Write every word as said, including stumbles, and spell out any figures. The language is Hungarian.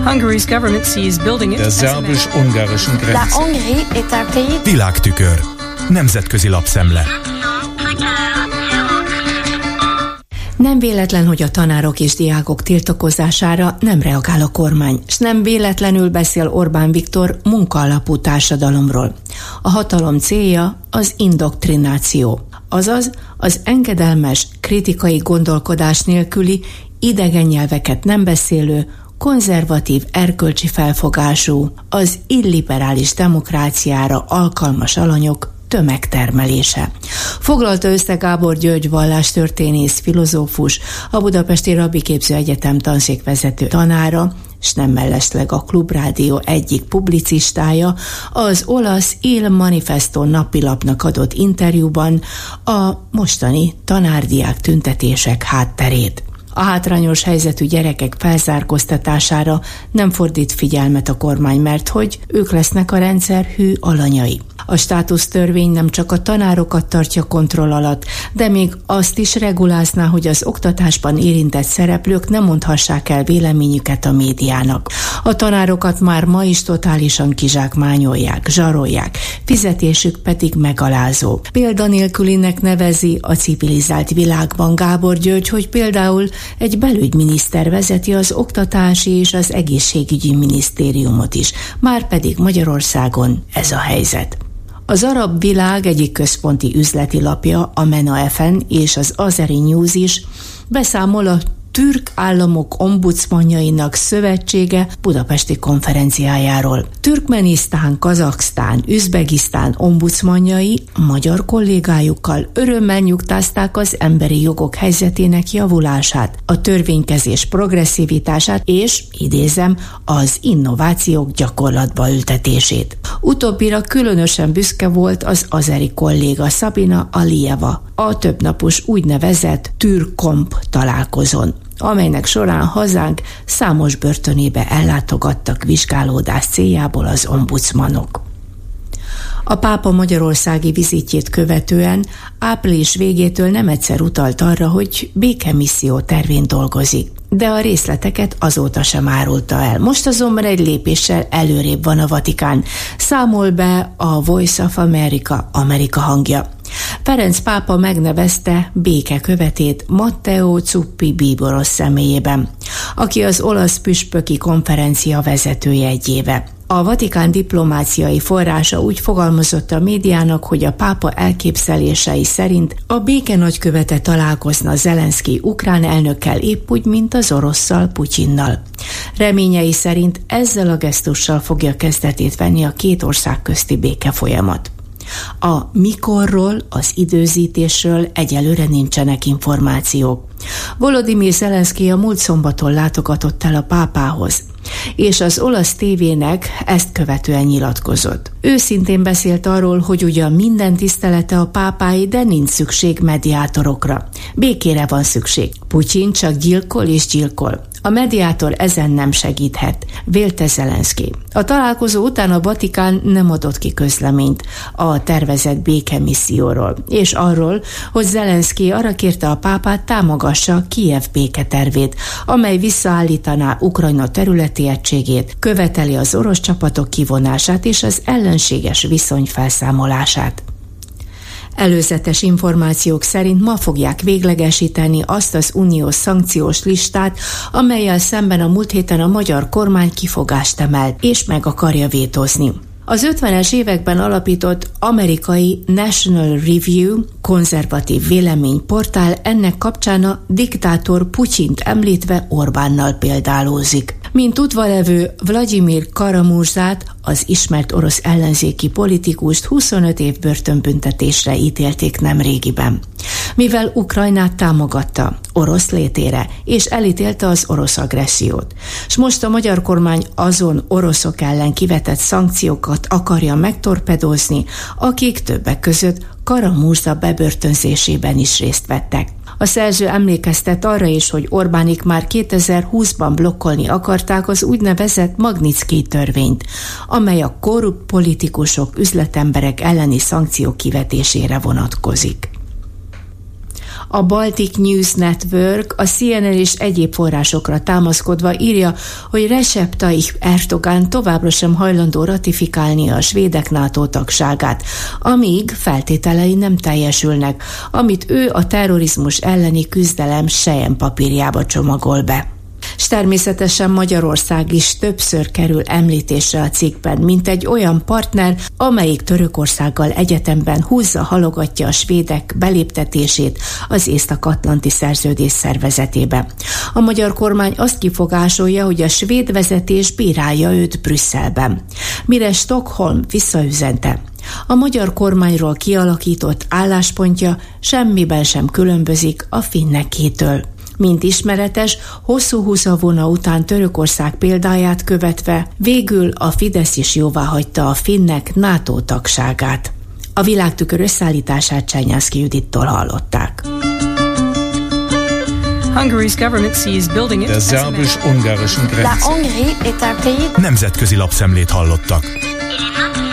Der szerbus-ungarischen Grenze. La Hongrie est un pays. Világtükör. Nemzetközi lapszemle. Nem véletlen, hogy a tanárok és diákok tiltakozására nem reagál a kormány, s nem véletlenül beszél Orbán Viktor munkaalapú társadalomról. A hatalom célja az indoktrináció, azaz az engedelmes, kritikai gondolkodás nélküli, idegen nyelveket nem beszélő, konzervatív erkölcsi felfogású, az illiberális demokráciára alkalmas alanyok tömegtermelése. Foglalta össze Gábor György vallástörténész, filozófus, a Budapesti Rabbiképző Egyetem tanszékvezető tanára, s nem mellesleg a Klubrádió egyik publicistája, az olasz Il Manifesto napilapnak adott interjúban a mostani tanárdiák tüntetések hátterét. A hátrányos helyzetű gyerekek felzárkóztatására nem fordít figyelmet a kormány, mert hogy ők lesznek a rendszer hű alanyai. A státusztörvény nem csak a tanárokat tartja kontroll alatt, de még azt is regulázná, hogy az oktatásban érintett szereplők nem mondhassák el véleményüket a médiának. A tanárokat már ma is totálisan kizsákmányolják, zsarolják, fizetésük pedig megalázó. Példanélkülinek nevezi a civilizált világban Gábor György, hogy például egy belügyminiszter vezeti az oktatási és az egészségügyi minisztériumot is, márpedig Magyarországon ez a helyzet. Az arab világ egyik központi üzleti lapja, a MENA ef en és az Azeri News is beszámol a türk államok ombudsmanjainak szövetsége budapesti konferenciájáról. Türkmenisztán, Kazaksztán, Üzbegisztán ombudsmanjai magyar kollégájukkal örömmel nyugtázták az emberi jogok helyzetének javulását, a törvénykezés progresszivitását és, idézem, az innovációk gyakorlatba ültetését. Utóbbira különösen büszke volt az azeri kolléga Sabina Aliyeva a többnapos úgynevezett Türkomp találkozón, amelynek során hazánk számos börtönébe ellátogattak vizsgálódás céljából az ombudsmanok. A pápa magyarországi vizitjét követően április végétől nem egyszer utalt arra, hogy békemisszió tervén dolgozik, de a részleteket azóta sem árulta el. Most azonban egy lépéssel előrébb van a Vatikán, számol be a Voice of America, Amerika hangja. Ferenc pápa megnevezte békekövetét Matteo Zuppi bíboros személyében, aki az olasz püspöki konferencia vezetője egy éve. A Vatikán diplomáciai forrása úgy fogalmazott a médiának, hogy a pápa elképzelései szerint a béke nagykövete találkozna Zelenszky ukrán elnökkel épp úgy, mint az orosszal, Putyinnal. Reményei szerint ezzel a gesztussal fogja kezdetét venni a két ország közti békefolyamat. A mikorról, az időzítésről egyelőre nincsenek információk. Volodymyr Zelenszky a múlt szombaton látogatott el a pápához, és az olasz tévének ezt követően nyilatkozott. Őszintén beszélt arról, hogy ugyan minden tisztelete a pápái, de nincs szükség mediátorokra. Békére van szükség. Putyin csak gyilkol és gyilkol. A mediátor ezen nem segíthet, vélte Zelenszky. A találkozó után a Vatikán nem adott ki közleményt a tervezett békemisszióról, és arról, hogy Zelenszky arra kérte a pápát, támogassa Kijev béketervét, amely visszaállítaná Ukrajna területi egységét, követeli az orosz csapatok kivonását és az ellenséges viszony felszámolását. Előzetes információk szerint ma fogják véglegesíteni azt az uniós szankciós listát, amellyel szemben a múlt héten a magyar kormány kifogást emelt, és meg akarja vétózni. Az ötvenes években alapított amerikai National Review konzervatív véleményportál ennek kapcsán a diktátor Putyint említve Orbánnal példálózik. Mint udvarlevő Vladimir Kara-Murzát, az ismert orosz ellenzéki politikust huszonöt év börtönbüntetésre ítélték nemrégiben, mivel Ukrajnát támogatta orosz létére, és elítélte az orosz agressziót. S most a magyar kormány azon oroszok ellen kivetett szankciókat akarja megtorpedozni, akik többek között Kara-Murza bebörtönzésében is részt vettek. A szerző emlékeztet arra is, hogy Orbánik már kétezer-húszban blokkolni akarták az úgynevezett Magnitsky törvényt, amely a korrupt politikusok, üzletemberek elleni szankciók kivetésére vonatkozik. A Baltic News Network a C N N és egyéb forrásokra támaszkodva írja, hogy Recep Tayyip Erdogan továbbra sem hajlandó ratifikálni a svédek NATO tagságát, amíg feltételei nem teljesülnek, amit ő a terrorizmus elleni küzdelem selyempapírjába csomagol be. És természetesen Magyarország is többször kerül említésre a cikkben, mint egy olyan partner, amelyik Törökországgal egyetemben húzza, halogatja a svédek beléptetését az Észak-Atlanti Szerződés szervezetébe. A magyar kormány azt kifogásolja, hogy a svéd vezetés bírálja őt Brüsszelben. Mire Stockholm visszaüzente: a magyar kormányról kialakított álláspontja semmiben sem különbözik a finnekétől. Mint ismeretes, hosszú húszavona után Törökország példáját követve végül a Fidesz is jóváhagyta a finnek NATO tagságát. A Világtükör összeállítását Csernyánszky Judittól hallották. Der szerbus-ungarischen Grenze. Nemzetközi lapszemlét hallottak.